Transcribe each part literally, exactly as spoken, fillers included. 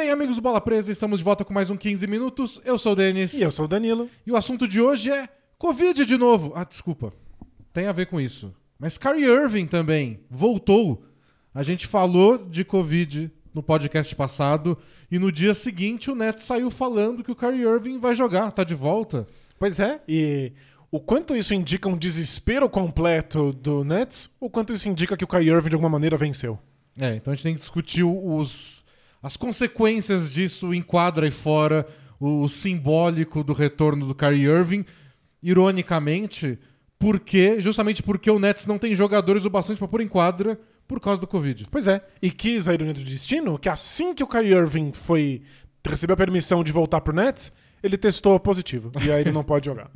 bem, amigos do Bola Presa, estamos de volta com mais um quinze minutos. Eu sou o Denis. E eu sou o Danilo. E o assunto de hoje é Covid de novo. Ah, desculpa. Tem a ver com isso. Mas Kyrie Irving também voltou. A gente falou de Covid no podcast passado e no dia seguinte o Nets saiu falando que o Kyrie Irving vai jogar, tá de volta. Pois é, e o quanto isso indica um desespero completo do Nets, o quanto isso indica que o Kyrie Irving de alguma maneira venceu. É, então a gente tem que discutir os, as consequências disso em quadra e fora, o, o simbólico do retorno do Kyrie Irving. Ironicamente, porque, justamente porque o Nets não tem jogadores o bastante para pôr em quadra por causa do Covid. Pois é, e quis a ironia do destino que assim que o Kyrie Irving foi recebeu a permissão de voltar pro Nets, ele testou positivo, e aí ele não pode jogar.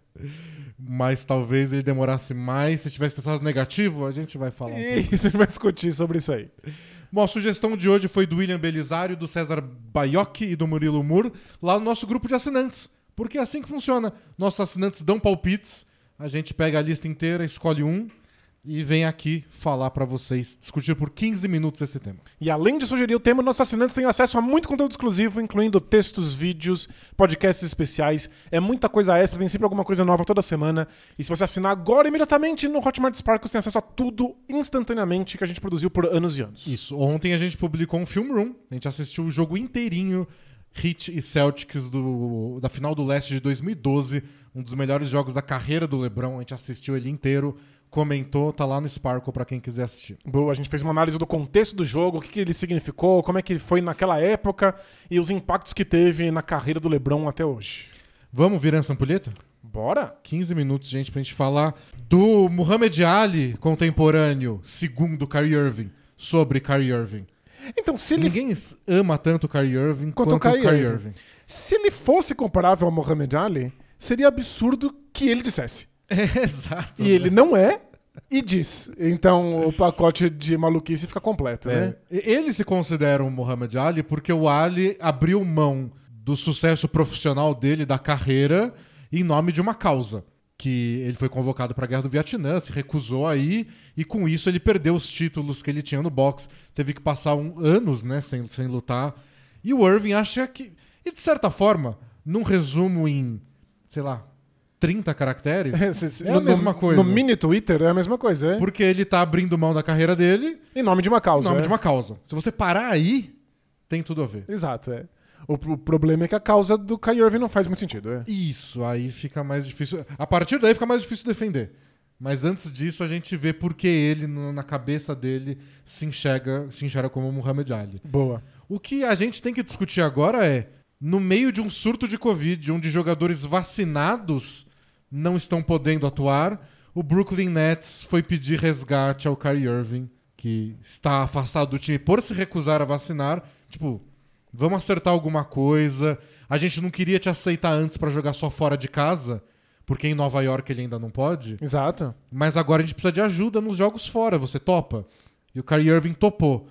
Mas talvez ele demorasse mais. Se tivesse testado negativo, a gente vai falar. Um e a gente vai discutir sobre isso aí. Bom, a sugestão de hoje foi do William Belisário, do César Baiocchi e do Murilo Mur, lá no nosso grupo de assinantes. Porque é assim que funciona. Nossos assinantes dão palpites, a gente pega a lista inteira, escolhe um e vem aqui falar pra vocês, discutir por quinze minutos esse tema. E além de sugerir o tema, nossos assinantes têm acesso a muito conteúdo exclusivo, incluindo textos, vídeos, podcasts especiais. É muita coisa extra, tem sempre alguma coisa nova toda semana. E se você assinar agora, imediatamente, no Hotmart Sparkles, tem acesso a tudo instantaneamente que a gente produziu por anos e anos. Isso. Ontem a gente publicou um Film Room, a gente assistiu o jogo inteirinho, Heat e Celtics do, da final do Leste de dois mil e doze, um dos melhores jogos da carreira do LeBron. A gente assistiu ele inteiro, comentou, tá lá no Sparkle pra quem quiser assistir. Boa, a gente fez uma análise do contexto do jogo, o que, que ele significou, como é que ele foi naquela época e os impactos que teve na carreira do LeBron até hoje. Vamos virar essa ampulheta? Bora! quinze minutos, gente, pra gente falar do Muhammad Ali contemporâneo, segundo Kyrie Irving, sobre Kyrie Irving. Então, se ele... Ninguém ama tanto o Kyrie Irving quanto, quanto o Kyrie, Kyrie Irving. Irving. Se ele fosse comparável ao Muhammad Ali, seria absurdo que ele dissesse. É, exato. E ele não é e diz. Então o pacote de maluquice fica completo, é. né? Ele se considera um Muhammad Ali porque o Ali abriu mão do sucesso profissional dele, da carreira, em nome de uma causa. Que ele foi convocado para a Guerra do Vietnã, se recusou aí, e com isso ele perdeu os títulos que ele tinha no boxe. Teve que passar um, anos, né, sem, sem lutar. E o Irving acha que... E de certa forma, num resumo em, sei lá, trinta caracteres, é, é a no, mesma coisa. No mini Twitter é a mesma coisa, é? Porque ele tá abrindo mão da carreira dele... Em nome de uma causa. Em nome é. de uma causa. Se você parar aí, tem tudo a ver. Exato, é. O, o problema é que a causa do Kyrie Irving não faz muito sentido, é. Isso, aí fica mais difícil... A partir daí fica mais difícil defender. Mas antes disso, a gente vê por que ele, na cabeça dele, se enxerga, se enxerga como Muhammad Ali. Boa. O que a gente tem que discutir agora é, no meio de um surto de Covid, onde jogadores vacinados não estão podendo atuar, o Brooklyn Nets foi pedir resgate ao Kyrie Irving, que está afastado do time por se recusar a vacinar. Tipo, vamos acertar alguma coisa. A gente não queria te aceitar antes para jogar só fora de casa, porque em Nova York ele ainda não pode. Exato. Mas agora a gente precisa de ajuda nos jogos fora. Você topa? E o Kyrie Irving topou.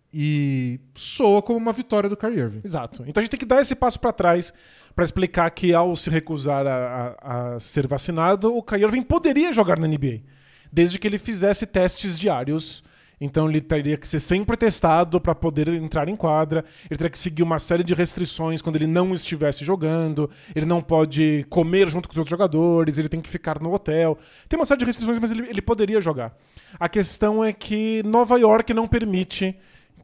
E soa como uma vitória do Kyrie Irving. Exato. Então a gente tem que dar esse passo para trás para explicar que ao se recusar a, a, a ser vacinado, o Kyrie Irving poderia jogar na N B A, desde que ele fizesse testes diários. Então ele teria que ser sempre testado para poder entrar em quadra, ele teria que seguir uma série de restrições quando ele não estivesse jogando, ele não pode comer junto com os outros jogadores, ele tem que ficar no hotel. Tem uma série de restrições, mas ele, ele poderia jogar. A questão é que Nova York não permite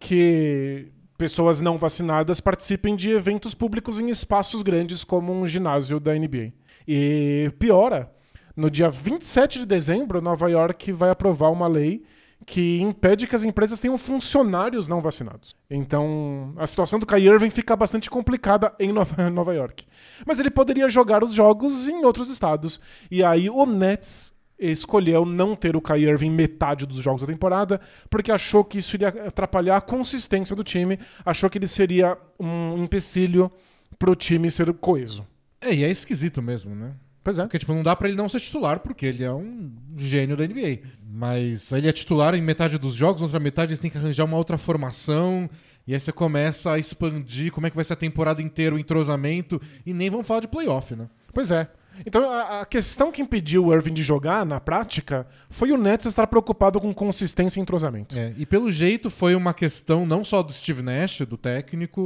que pessoas não vacinadas participem de eventos públicos em espaços grandes como um ginásio da N B A. E piora, no dia vinte e sete de dezembro, Nova York vai aprovar uma lei que impede que as empresas tenham funcionários não vacinados. Então, a situação do Kyrie Irving fica bastante complicada em Nova, Nova York. Mas ele poderia jogar os jogos em outros estados. E aí o Nets escolheu não ter o Kyrie Irving metade dos jogos da temporada, porque achou que isso iria atrapalhar a consistência do time, achou que ele seria um empecilho pro time ser coeso. É, e é esquisito mesmo, né? Pois é. Porque, tipo, não dá pra ele não ser titular, porque ele é um gênio da N B A. Mas ele é titular em metade dos jogos, outra metade eles têm que arranjar uma outra formação, e aí você começa a expandir como é que vai ser a temporada inteira, o entrosamento, e nem vamos falar de playoff, né? Pois é. Então, a, a questão que impediu o Irving de jogar, na prática, foi o Nets estar preocupado com consistência e entrosamento. É, e pelo jeito foi uma questão não só do Steve Nash, do técnico,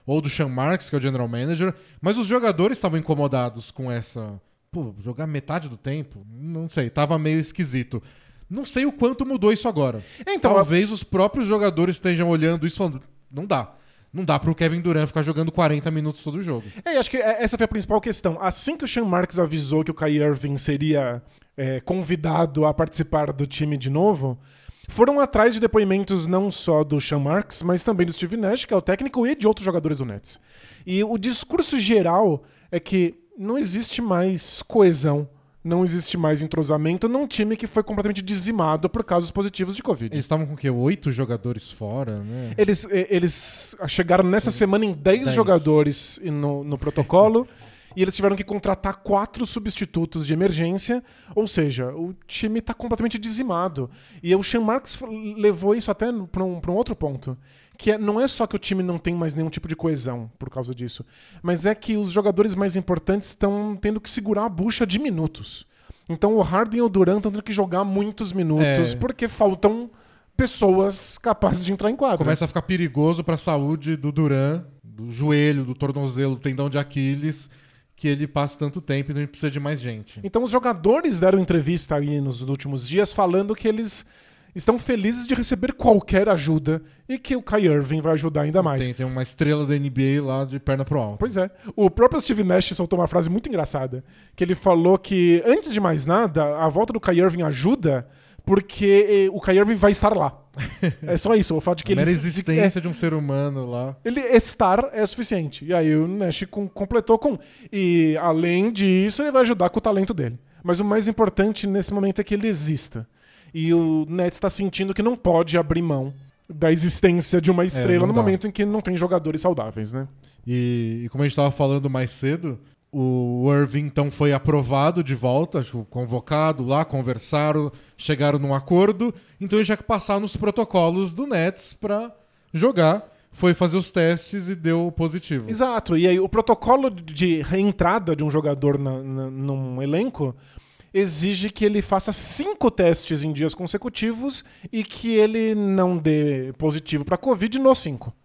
ou do Sean Marks, que é o general manager, mas os jogadores estavam incomodados com essa... Pô, jogar metade do tempo? Não sei, tava meio esquisito. Não sei o quanto mudou isso agora. Então, Talvez a... os próprios jogadores estejam olhando isso e falando, não dá. Não dá pro Kevin Durant ficar jogando quarenta minutos todo o jogo. É, acho que essa foi a principal questão. Assim que o Sean Marks avisou que o Kyrie Irving seria é, convidado a participar do time de novo, foram atrás de depoimentos não só do Sean Marks, mas também do Steve Nash, que é o técnico, e de outros jogadores do Nets. E o discurso geral é que não existe mais coesão, não existe mais entrosamento num time que foi completamente dizimado por casos positivos de Covid. Eles estavam com o quê? Oito jogadores fora, né? Eles, eles chegaram nessa semana em dez jogadores no, no protocolo e eles tiveram que contratar quatro substitutos de emergência, ou seja, o time está completamente dizimado. E o Sean Marks levou isso até para um, para um outro ponto, que é, não é só que o time não tem mais nenhum tipo de coesão por causa disso, mas é que os jogadores mais importantes estão tendo que segurar a bucha de minutos. Então o Harden e o Durant estão tendo que jogar muitos minutos é. porque faltam pessoas capazes de entrar em quadra. Começa a ficar perigoso para a saúde do Durant, do joelho, do tornozelo, do tendão de Aquiles, que ele passe tanto tempo e então a gente precisa de mais gente. Então os jogadores deram entrevista aí nos últimos dias falando que eles estão felizes de receber qualquer ajuda e que o Kyrie Irving vai ajudar ainda mais. Tem, tem uma estrela da N B A lá de perna pro alto. Pois é. O próprio Steve Nash soltou uma frase muito engraçada, que ele falou que, antes de mais nada, a volta do Kyrie Irving ajuda porque o Kyrie Irving vai estar lá. É só isso. O fato de que a mera ele... existência é, de um ser humano lá. Ele estar é suficiente. E aí o Nash com, completou com... E, além disso, ele vai ajudar com o talento dele. Mas o mais importante nesse momento é que ele exista. E o Nets está sentindo que não pode abrir mão da existência de uma estrela é, no dá. momento em que não tem jogadores saudáveis, né? E, e como a gente estava falando mais cedo, o Irving então foi aprovado de volta, acho, convocado lá, conversaram, chegaram num acordo, então ele já que passar nos protocolos do Nets para jogar. Foi fazer os testes e deu positivo. Exato. E aí o protocolo de reentrada de um jogador na, na, num elenco exige que ele faça cinco testes em dias consecutivos e que ele não dê positivo para Covid nos cinco.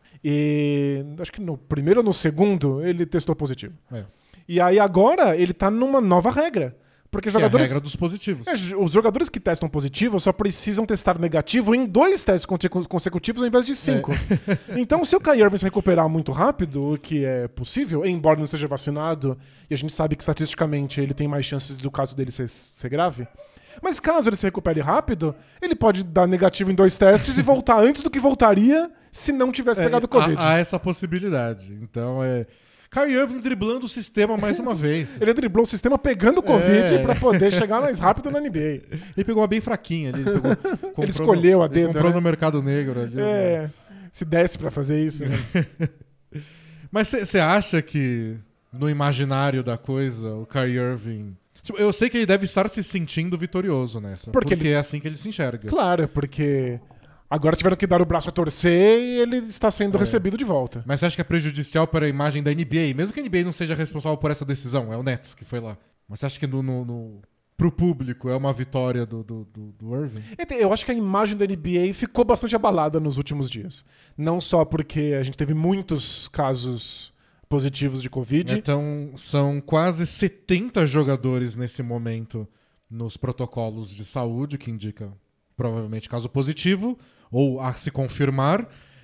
E acho que no primeiro ou no segundo ele testou positivo. É. E aí agora ele tá numa nova regra. Porque que jogadores... é a regra dos positivos. É, os jogadores que testam positivo só precisam testar negativo em dois testes consecutivos ao invés de cinco. É. Então, se o Kyrie Irving se recuperar muito rápido, o que é possível, embora não esteja vacinado, e a gente sabe que estatisticamente ele tem mais chances do caso dele ser, ser grave, mas caso ele se recupere rápido, ele pode dar negativo em dois testes e voltar antes do que voltaria se não tivesse é, pegado Covid. Há, há essa possibilidade. Então, é... Kyrie Irving driblando o sistema mais uma vez. Ele driblou o sistema pegando o Covid é. para poder chegar mais rápido na N B A. Ele pegou uma bem fraquinha ali. Ele, pegou, ele escolheu no, a dedo. Ele comprou né? no mercado negro ali. É, né? Se desse para fazer isso. Né? Mas você acha que no imaginário da coisa, o Kyrie Irving... Eu sei que ele deve estar se sentindo vitorioso nessa. Porque, porque ele... é assim que ele se enxerga. Claro, porque... Agora tiveram que dar o braço a torcer e ele está sendo é. recebido de volta. Mas você acha que é prejudicial para a imagem da N B A? Mesmo que a N B A não seja responsável por essa decisão, é o Nets que foi lá. Mas você acha que no, no, no, pro público é uma vitória do, do, do, do Irving? Eu acho que a imagem da N B A ficou bastante abalada nos últimos dias. Não só porque a gente teve muitos casos positivos de Covid. Então são quase setenta jogadores nesse momento nos protocolos de saúde, que indica provavelmente caso positivo, ou a se confirmar.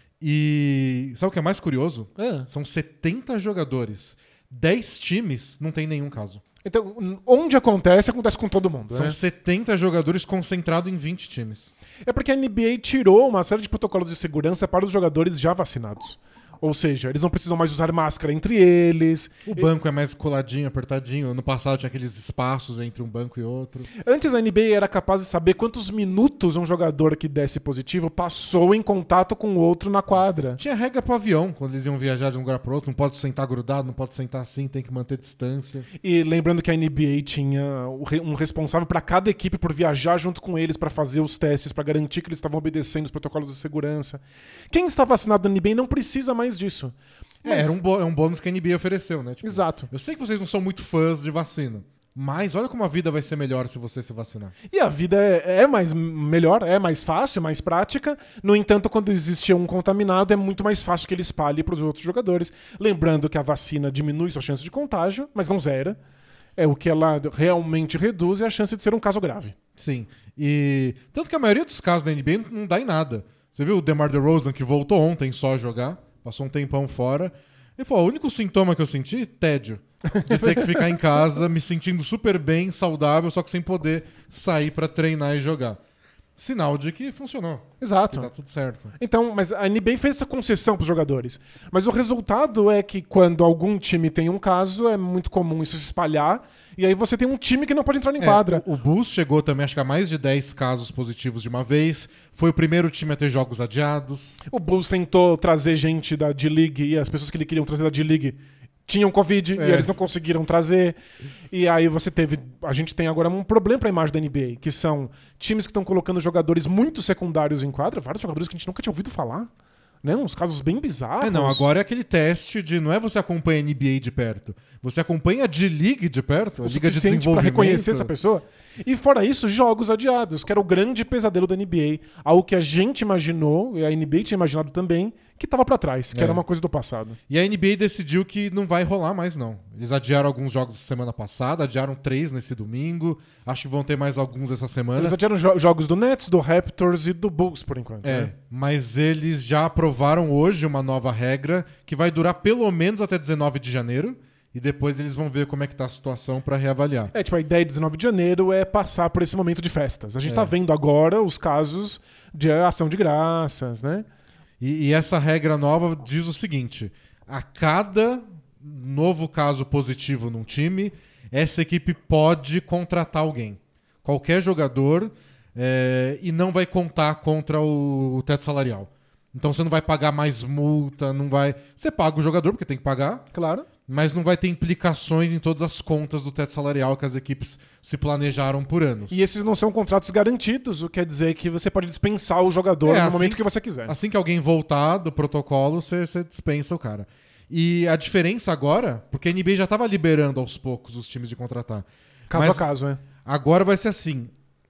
E sabe o que é mais curioso? É. São setenta jogadores. dez times, não tem nenhum caso. Então, onde acontece, acontece com todo mundo. São né? setenta jogadores concentrados em vinte times. É porque a N B A tirou uma série de protocolos de segurança para os jogadores já vacinados. Ou seja, eles não precisam mais usar máscara entre eles. O banco é mais coladinho, apertadinho. Ano passado tinha aqueles espaços entre um banco e outro. Antes a N B A era capaz de saber quantos minutos um jogador que desse positivo passou em contato com o outro na quadra. Tinha regra pro avião, quando eles iam viajar de um lugar pro outro. Não pode sentar grudado, não pode sentar assim, tem que manter distância. E lembrando que a N B A tinha um responsável para cada equipe por viajar junto com eles para fazer os testes, para garantir que eles estavam obedecendo os protocolos de segurança. Quem está vacinado na N B A não precisa mais disso. Mas... É, era um, é um bônus que a N B A ofereceu, né? Tipo, exato. Eu sei que vocês não são muito fãs de vacina, Mas olha como a vida vai ser melhor se você se vacinar. E a vida é, é mais melhor, é mais fácil, mais prática. No entanto, quando existe um contaminado, é muito mais fácil que ele espalhe para os outros jogadores. Lembrando que a vacina diminui sua chance de contágio, mas não zera. É, o que ela realmente reduz é a chance de ser um caso grave. Sim. E tanto que a maioria dos casos da N B A não dá em nada. Você viu o DeMar DeRozan que voltou ontem só a jogar, passou um tempão fora. Ele falou, o único sintoma que eu senti, tédio. De ter que ficar em casa, me sentindo super bem, saudável, só que sem poder sair pra treinar e jogar. Sinal de que funcionou. Exato. Que tá tudo certo. Então, mas a N B A fez essa concessão pros jogadores. Mas o resultado é que quando algum time tem um caso, é muito comum isso se espalhar. E aí você tem um time que não pode entrar em É, quadra. O, o Bulls chegou também, acho que a mais de dez casos positivos de uma vez. Foi o primeiro time a ter jogos adiados. O Bulls tentou trazer gente da D-League e as pessoas que ele queriam trazer da D-League tinham Covid É. e eles não conseguiram trazer. E aí você teve... A gente tem agora um problema pra imagem da N B A, que são times que estão colocando jogadores muito secundários em quadra, vários jogadores que a gente nunca tinha ouvido falar. Né? Uns casos bem bizarros. É, não, agora é aquele teste de não é você acompanha a N B A de perto. Você acompanha a D-League de perto, a O Liga de suficiente pra Desenvolvimento. reconhecer essa pessoa. E fora isso, jogos adiados, que era o grande pesadelo da N B A. Algo que a gente imaginou, e a N B A tinha imaginado também, que tava pra trás, que É. era uma coisa do passado. E a N B A decidiu que não vai rolar mais, não. Eles adiaram alguns jogos semana passada, adiaram três nesse domingo. Acho que vão ter mais alguns essa semana. Eles adiaram jo- jogos do Nets, do Raptors e do Bulls, por enquanto. É, né? mas eles já aprovaram hoje uma nova regra que vai durar pelo menos até dezenove de janeiro. E depois eles vão ver como é que tá a situação pra reavaliar. É, tipo, a ideia de dezenove de janeiro é passar por esse momento de festas. A gente É. tá vendo agora os casos de ação de graças, né? E, e essa regra nova diz o seguinte: a cada novo caso positivo num time, essa equipe pode contratar alguém. Qualquer jogador, é, e não vai contar contra o, o teto salarial. Então você não vai pagar mais multa, não vai. Você paga o jogador, porque tem que pagar, Claro. mas não vai ter implicações em todas as contas do teto salarial que as equipes se planejaram por anos. E esses não são contratos garantidos, o que quer dizer que você pode dispensar o jogador É, no assim- momento que você quiser. Assim que alguém voltar do protocolo, você, você dispensa o cara. E a diferença agora, porque a N B A já estava liberando aos poucos os times de contratar. Caso Mas a caso, é. agora vai ser assim: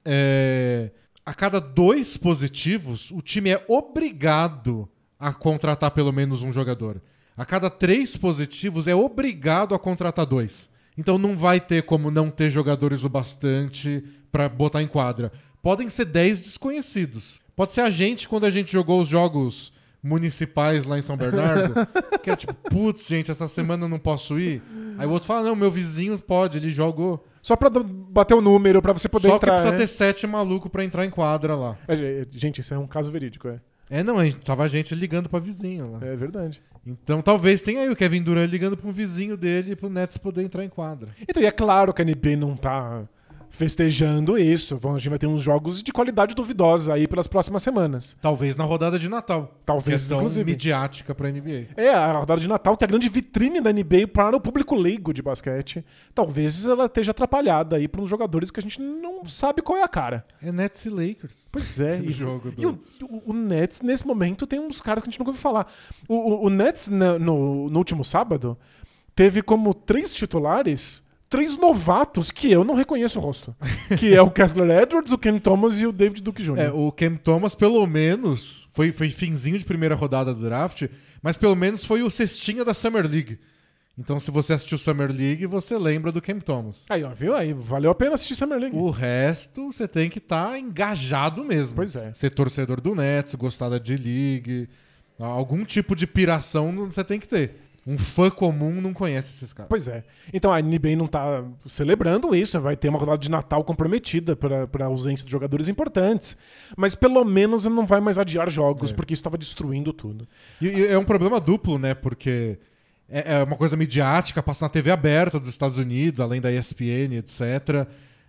é, a cada dois positivos, o time é obrigado a contratar pelo menos um jogador. A cada três positivos, é obrigado a contratar dois. Então não vai ter como não ter jogadores o bastante para botar em quadra. Podem ser dez desconhecidos. Pode ser a gente, quando a gente jogou os jogos municipais lá em São Bernardo, que era tipo, putz, gente, essa semana eu não posso ir. Aí o outro fala, não, meu vizinho pode, ele jogou. Só pra d- bater o número, pra você poder Só entrar. que precisa né? ter sete malucos pra entrar em quadra lá. É, é, gente, isso é um caso verídico, é. É, não, a gente, tava gente ligando pra vizinho lá. É verdade. Então talvez tenha aí o Kevin Durant ligando pra um vizinho dele pro Nets poder entrar em quadra. Então, e é claro que a N B A não tá festejando isso. Vão- A gente vai ter uns jogos de qualidade duvidosa aí pelas próximas semanas. Talvez na rodada de Natal. Talvez, que é tão inclusive. midiática pra N B A. É, a rodada de Natal, que é a grande vitrine da N B A para o público leigo de basquete. Talvez ela esteja atrapalhada aí para uns jogadores que a gente não sabe qual é a cara. É Nets e Lakers. Pois é. O e jogo do- e o, o- o Nets, nesse momento, tem uns caras que a gente nunca ouviu falar. O, o- o Nets, na- no, no último sábado, teve como três titulares três novatos que eu não reconheço o rosto. Que é o Kessler Edwards, o Ken Thomas e o David Duke É, Júnior o Cam Thomas, pelo menos, foi, foi finzinho de primeira rodada do draft, mas pelo menos foi o cestinha da Summer League. Então, se você assistiu Summer League, você lembra do Cam Thomas. Aí, ó, viu? Aí, valeu a pena assistir Summer League. O resto, você tem que estar engajado mesmo. Pois é. Ser torcedor do Nets, gostar da D-League. Algum tipo de piração você tem que ter. Um fã comum não conhece esses caras. Pois é. Então a N B A não tá celebrando isso, vai ter uma rodada de Natal comprometida para a ausência de jogadores importantes. Mas pelo menos não vai mais adiar jogos, É. porque isso estava destruindo tudo. E, e é um problema duplo, né? Porque é, é uma coisa midiática, passa na T V aberta dos Estados Unidos, além da E S P N, etcétera.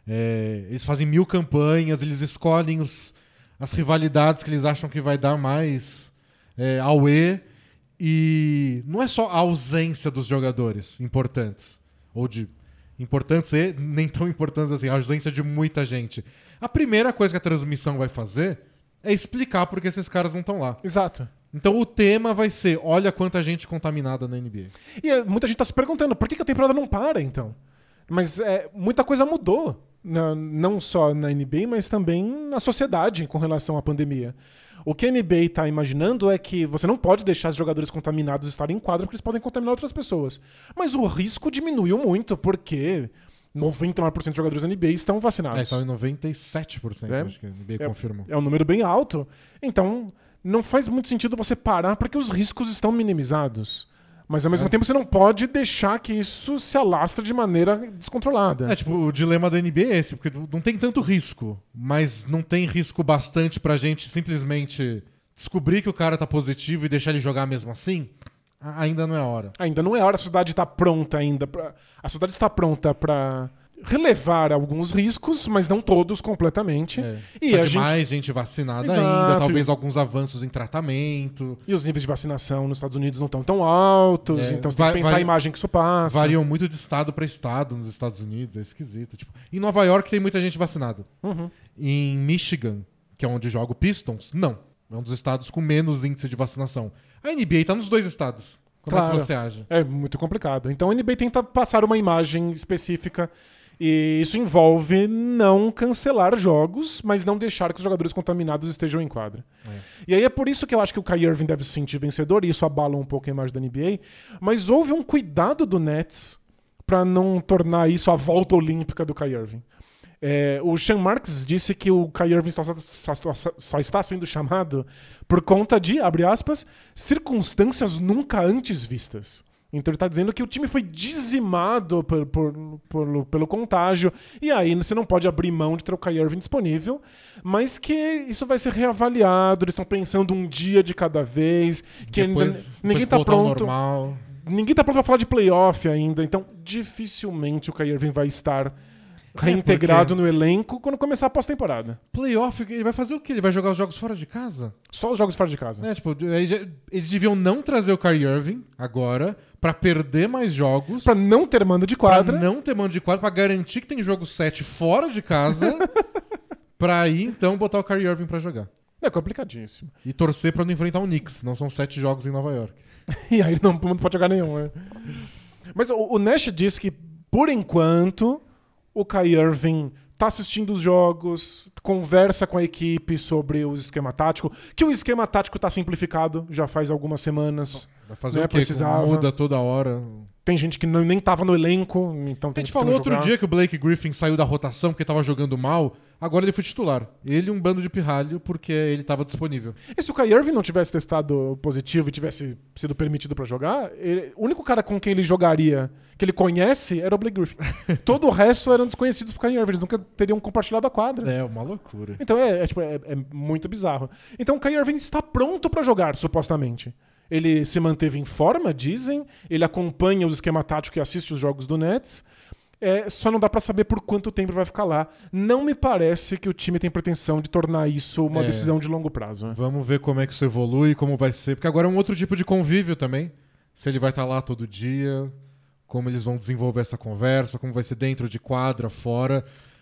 É, eles fazem mil campanhas, eles escolhem os, as rivalidades que eles acham que vai dar mais é, auê. E não é só a ausência dos jogadores importantes, ou de importantes e nem tão importantes assim, a ausência de muita gente. A primeira coisa que a transmissão vai fazer é explicar por que esses caras não estão lá. Exato. Então o tema vai ser, olha quanta gente contaminada na N B A. E eh, muita gente tá se perguntando, por que, que a temporada não para, então? Mas é, muita coisa mudou. Na, não só na N B A, mas também na sociedade com relação à pandemia. O que a N B A está imaginando é que você não pode deixar os jogadores contaminados estarem em quadra porque eles podem contaminar outras pessoas. Mas o risco diminuiu muito porque noventa e nove por cento dos jogadores da N B A estão vacinados. É, estão em noventa e sete por cento, é, acho que a N B A é, confirmou. É um número bem alto. Então, não faz muito sentido você parar porque os riscos estão minimizados. Mas ao mesmo é. tempo você não pode deixar que isso se alastre de maneira descontrolada. É, tipo, o dilema da N B A é esse, porque não tem tanto risco, mas não tem risco bastante pra gente simplesmente descobrir que o cara tá positivo e deixar ele jogar mesmo assim. Ainda não é a hora. Ainda não é a hora, a sociedade está pronta ainda. Pra... A sociedade está pronta pra relevar alguns riscos, mas não todos completamente. É. E Só a demais gente... gente vacinada Exato. ainda, talvez alguns avanços em tratamento. E os níveis de vacinação nos Estados Unidos não estão tão altos, É. então você vai, tem que pensar vai... a imagem que isso passa. Variam muito de estado para estado nos Estados Unidos, é esquisito. Tipo, em Nova York tem muita gente vacinada. Uhum. Em Michigan, que é onde joga o Pistons, não. É um dos estados com menos índice de vacinação. A N B A tá nos dois estados. Como claro. é que você age? É muito complicado. Então a N B A tenta passar uma imagem específica e isso envolve não cancelar jogos, mas não deixar que os jogadores contaminados estejam em quadra. É. E aí é por isso que eu acho que o Kyrie Irving deve se sentir vencedor, e isso abala um pouco a imagem da N B A, mas houve um cuidado do Nets para não tornar isso a volta olímpica do Kyrie Irving. É, o Sean Marks disse que o Kyrie Irving só, só, só, só está sendo chamado por conta de, abre aspas, circunstâncias nunca antes vistas. Então ele está dizendo que o time foi dizimado por, por, por, pelo contágio, e aí você não pode abrir mão de ter o Kyrie Irving disponível, mas que isso vai ser reavaliado, eles estão pensando um dia de cada vez, que depois, ainda, ninguém está pronto. Normal. Ninguém está pronto para falar de playoff ainda, então dificilmente o Kyrie Irving vai estar reintegrado é no elenco quando começar a pós-temporada. Playoff, ele vai fazer o quê? Ele vai jogar os jogos fora de casa? Só os jogos fora de casa. É, tipo, eles deviam não trazer o Kyrie Irving agora pra perder mais jogos. Pra não ter mando de quadra. Pra não ter mando de quadra, pra garantir que tem jogo sete fora de casa. Pra aí, então, botar o Kyrie Irving pra jogar. É complicadíssimo. E torcer pra não enfrentar o Knicks. Não são sete jogos em Nova York. E aí não, não pode jogar nenhum, né? Mas o, o Nash disse que, por enquanto, o Kyrie Irving tá assistindo os jogos, conversa com a equipe sobre o esquema tático, que o esquema tático tá simplificado já faz algumas semanas. Vai fazer né? o quê? Precisava. Muda toda hora. Tem gente que não, nem tava no elenco, então tem A gente que falou outro jogar. dia que o Blake Griffin saiu da rotação porque tava jogando mal. Agora ele foi titular. Ele um bando de pirralho porque ele estava disponível. E se o Kyrie Irving não tivesse testado positivo e tivesse sido permitido para jogar, ele, o único cara com quem ele jogaria, que ele conhece, era o Blake Griffin. Todo o resto eram desconhecidos pro Kyrie Irving. Eles nunca teriam compartilhado a quadra. É, uma loucura. Então é, é, tipo, é, é muito bizarro. Então o Kyrie Irving está pronto para jogar, supostamente. Ele se manteve em forma, dizem. Ele acompanha os esquema tático e assiste os jogos do Nets. É, só não dá pra saber por quanto tempo vai ficar lá. Não me parece que o time tem pretensão de tornar isso uma é. decisão de longo prazo. Né? Vamos ver como é que isso evolui, como vai ser. Porque agora é um outro tipo de convívio também. Se ele vai estar lá todo dia, como eles vão desenvolver essa conversa, como vai ser dentro de quadra, fora.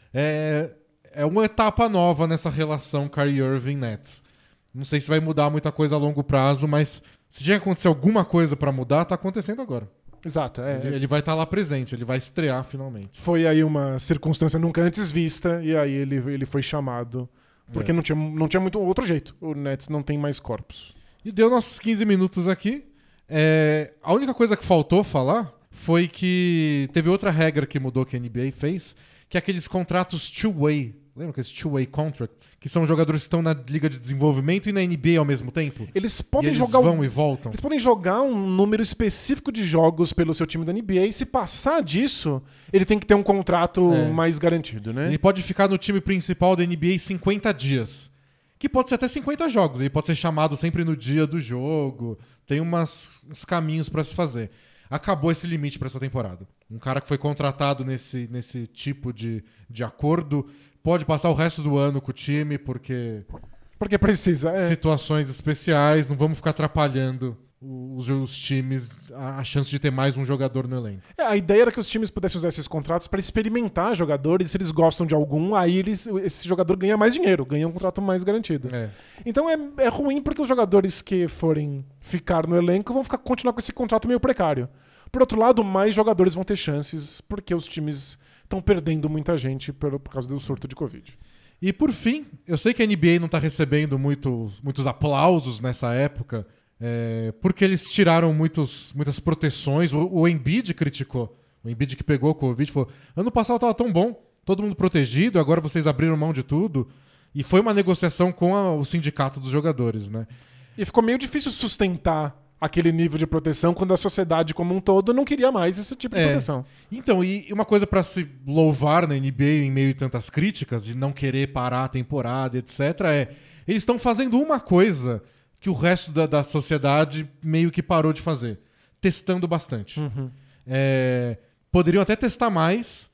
É, é uma etapa nova nessa relação Kyrie Irving-Nets. Não sei se vai mudar muita coisa a longo prazo, mas se tinha que acontecer alguma coisa pra mudar, tá acontecendo agora. Exato. É, ele, ele vai estar lá presente, ele vai estrear finalmente. Foi aí uma circunstância nunca antes vista e aí ele, ele foi chamado. Porque é. não, tinha, não tinha muito outro jeito. O Nets não tem mais corpos. E deu nossos quinze minutos aqui. É, a única coisa que faltou falar foi que teve outra regra que mudou que a N B A fez, que é aqueles contratos two-way. Lembra aqueles two-way contracts? Que são jogadores que estão na Liga de Desenvolvimento e na N B A ao mesmo tempo? Eles podem e eles jogar vão um... e voltam? Eles podem jogar um número específico de jogos pelo seu time da N B A e se passar disso, ele tem que ter um contrato é. mais garantido, né? Ele pode ficar no time principal da N B A cinquenta dias. Que pode ser até cinquenta jogos. Ele pode ser chamado sempre no dia do jogo. Tem umas, uns caminhos para se fazer. Acabou esse limite para essa temporada. Um cara que foi contratado nesse, nesse tipo de, de acordo pode passar o resto do ano com o time porque... Porque precisa, é. Situações especiais, não vamos ficar atrapalhando os, os times, a, a chance de ter mais um jogador no elenco. É, a ideia era que os times pudessem usar esses contratos para experimentar jogadores, se eles gostam de algum, aí eles, esse jogador ganha mais dinheiro, ganha um contrato mais garantido. É. Então é, é ruim porque os jogadores que forem ficar no elenco vão ficar, continuar com esse contrato meio precário. Por outro lado, mais jogadores vão ter chances, porque os times estão perdendo muita gente por, por causa do surto de Covid. E por fim, eu sei que a N B A não está recebendo muito, muitos aplausos nessa época, é, porque eles tiraram muitos, muitas proteções. O, o Embiid criticou. O Embiid que pegou o Covid falou: ano passado estava tão bom, todo mundo protegido, agora vocês abriram mão de tudo. E foi uma negociação com a, o sindicato dos jogadores, né? E ficou meio difícil sustentar aquele nível de proteção quando a sociedade como um todo não queria mais esse tipo de é. proteção. Então, e uma coisa para se louvar na N B A em meio a tantas críticas, de não querer parar a temporada, etcétera, é eles estão fazendo uma coisa que o resto da, da sociedade meio que parou de fazer. Testando bastante. Uhum. É, poderiam até testar mais.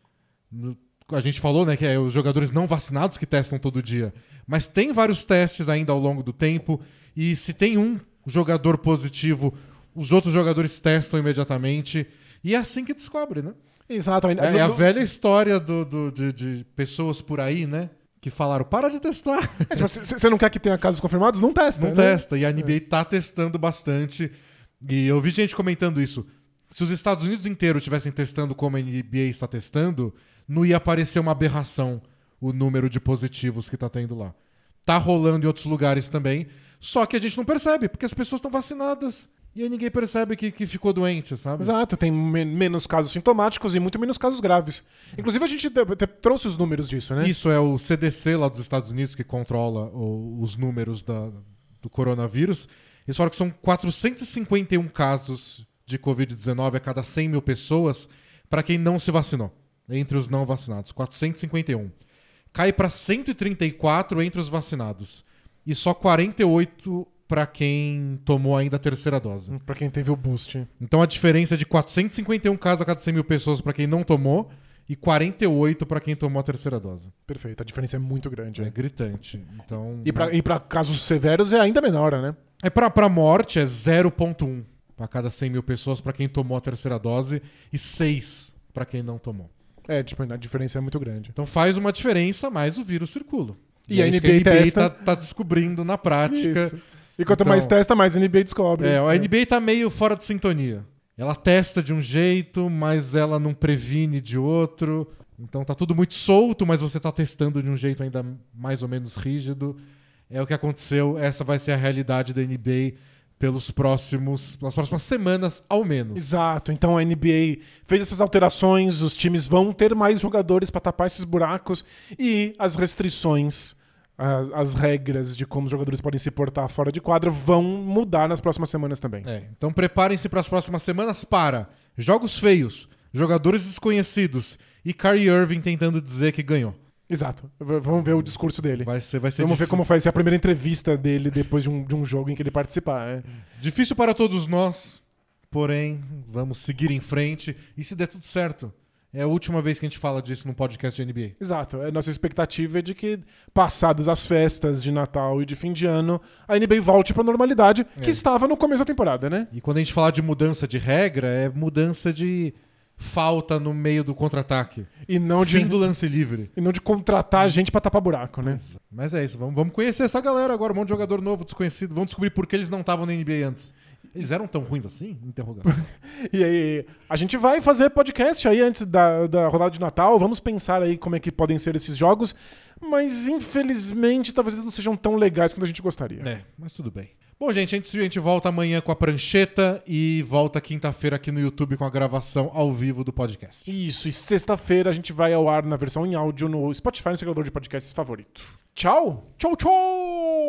A gente falou, né, que é os jogadores não vacinados que testam todo dia. Mas tem vários testes ainda ao longo do tempo. E se tem um jogador positivo, os outros jogadores testam imediatamente. E é assim que descobre, né? Exato. É, é a velha história do, do, de, de pessoas por aí, né? Que falaram, para de testar. Você é, não quer que tenha casos confirmados? Não testa. Não né? testa. E a N B A é. tá testando bastante. E eu vi gente comentando isso. Se os Estados Unidos inteiros estivessem testando como a N B A está testando, não ia aparecer uma aberração o número de positivos que tá tendo lá. Tá rolando em outros lugares também, só que a gente não percebe, porque as pessoas estão vacinadas. E aí ninguém percebe que, que ficou doente, sabe? Exato, tem me- menos casos sintomáticos e muito menos casos graves. Inclusive a gente te- te- trouxe os números disso, né? Isso é o C D C lá dos Estados Unidos que controla o, os números da, do coronavírus. Eles falaram que são quatrocentos e cinquenta e um casos de covid dezenove a cada cem mil pessoas para quem não se vacinou, entre os não vacinados. quatrocentos e cinquenta e um. Cai para cento e trinta e quatro entre os vacinados. E só quarenta e oito para quem tomou ainda a terceira dose. Para quem teve o boost. Então a diferença é de quatrocentos e cinquenta e um casos a cada cem mil pessoas para quem não tomou e quarenta e oito para quem tomou a terceira dose. Perfeito, a diferença é muito grande. É, É. gritante. Então, E para e pra casos severos é ainda menor, né? É pra, pra morte é zero vírgula um para cada cem mil pessoas para quem tomou a terceira dose e seis para quem não tomou. É, tipo, a diferença é muito grande. Então faz uma diferença, mas o vírus circula. E, e a é N isso B A, que a N B A testa... tá, tá descobrindo na prática. Isso. E quanto Então, mais testa, mais a N B A descobre. É, a N B A tá meio fora de sintonia. Ela testa de um jeito, mas ela não previne de outro. Então tá tudo muito solto, mas você tá testando de um jeito ainda mais ou menos rígido. É o que aconteceu. Essa vai ser a realidade da N B A pelos próximos, pelas próximas semanas, ao menos. Exato. Então a N B A fez essas alterações, os times vão ter mais jogadores para tapar esses buracos e as restrições, as, as regras de como os jogadores podem se portar fora de quadra vão mudar nas próximas semanas também. É, então preparem-se para as próximas semanas para jogos feios, jogadores desconhecidos e Kyrie Irving tentando dizer que ganhou. Exato. V- vamos ver o discurso dele. Vai ser, vai ser Vamos difí- ver como vai ser a primeira entrevista dele depois de um, de um jogo em que ele participar. É. difícil para todos nós, porém, vamos seguir em frente. E se der tudo certo, é a última vez que a gente fala disso num podcast de N B A. Exato. A nossa expectativa é de que, passadas as festas de Natal e de fim de ano, a N B A volte para a normalidade É. que estava no começo da temporada, né? E quando a gente falar de mudança de regra, é mudança de falta no meio do contra-ataque. E não de, Fim do lance livre. e não de contratar gente para tapar buraco, né? Mas é isso, vamos, vamos conhecer essa galera agora, um monte de jogador novo, desconhecido. Vamos descobrir por que eles não estavam na N B A antes. Eles eram tão ruins assim? Interrogação. E aí, a gente vai fazer podcast aí antes da, da rodada de Natal. Vamos pensar aí como é que podem ser esses jogos. Mas, infelizmente, talvez eles não sejam tão legais quanto a gente gostaria. É, mas tudo bem. Bom, gente, a gente, a gente volta amanhã com a prancheta e volta quinta-feira aqui no YouTube com a gravação ao vivo do podcast. Isso, e sexta-feira a gente vai ao ar na versão em áudio no Spotify, no seu agregador de podcasts favorito. Tchau! Tchau, tchau!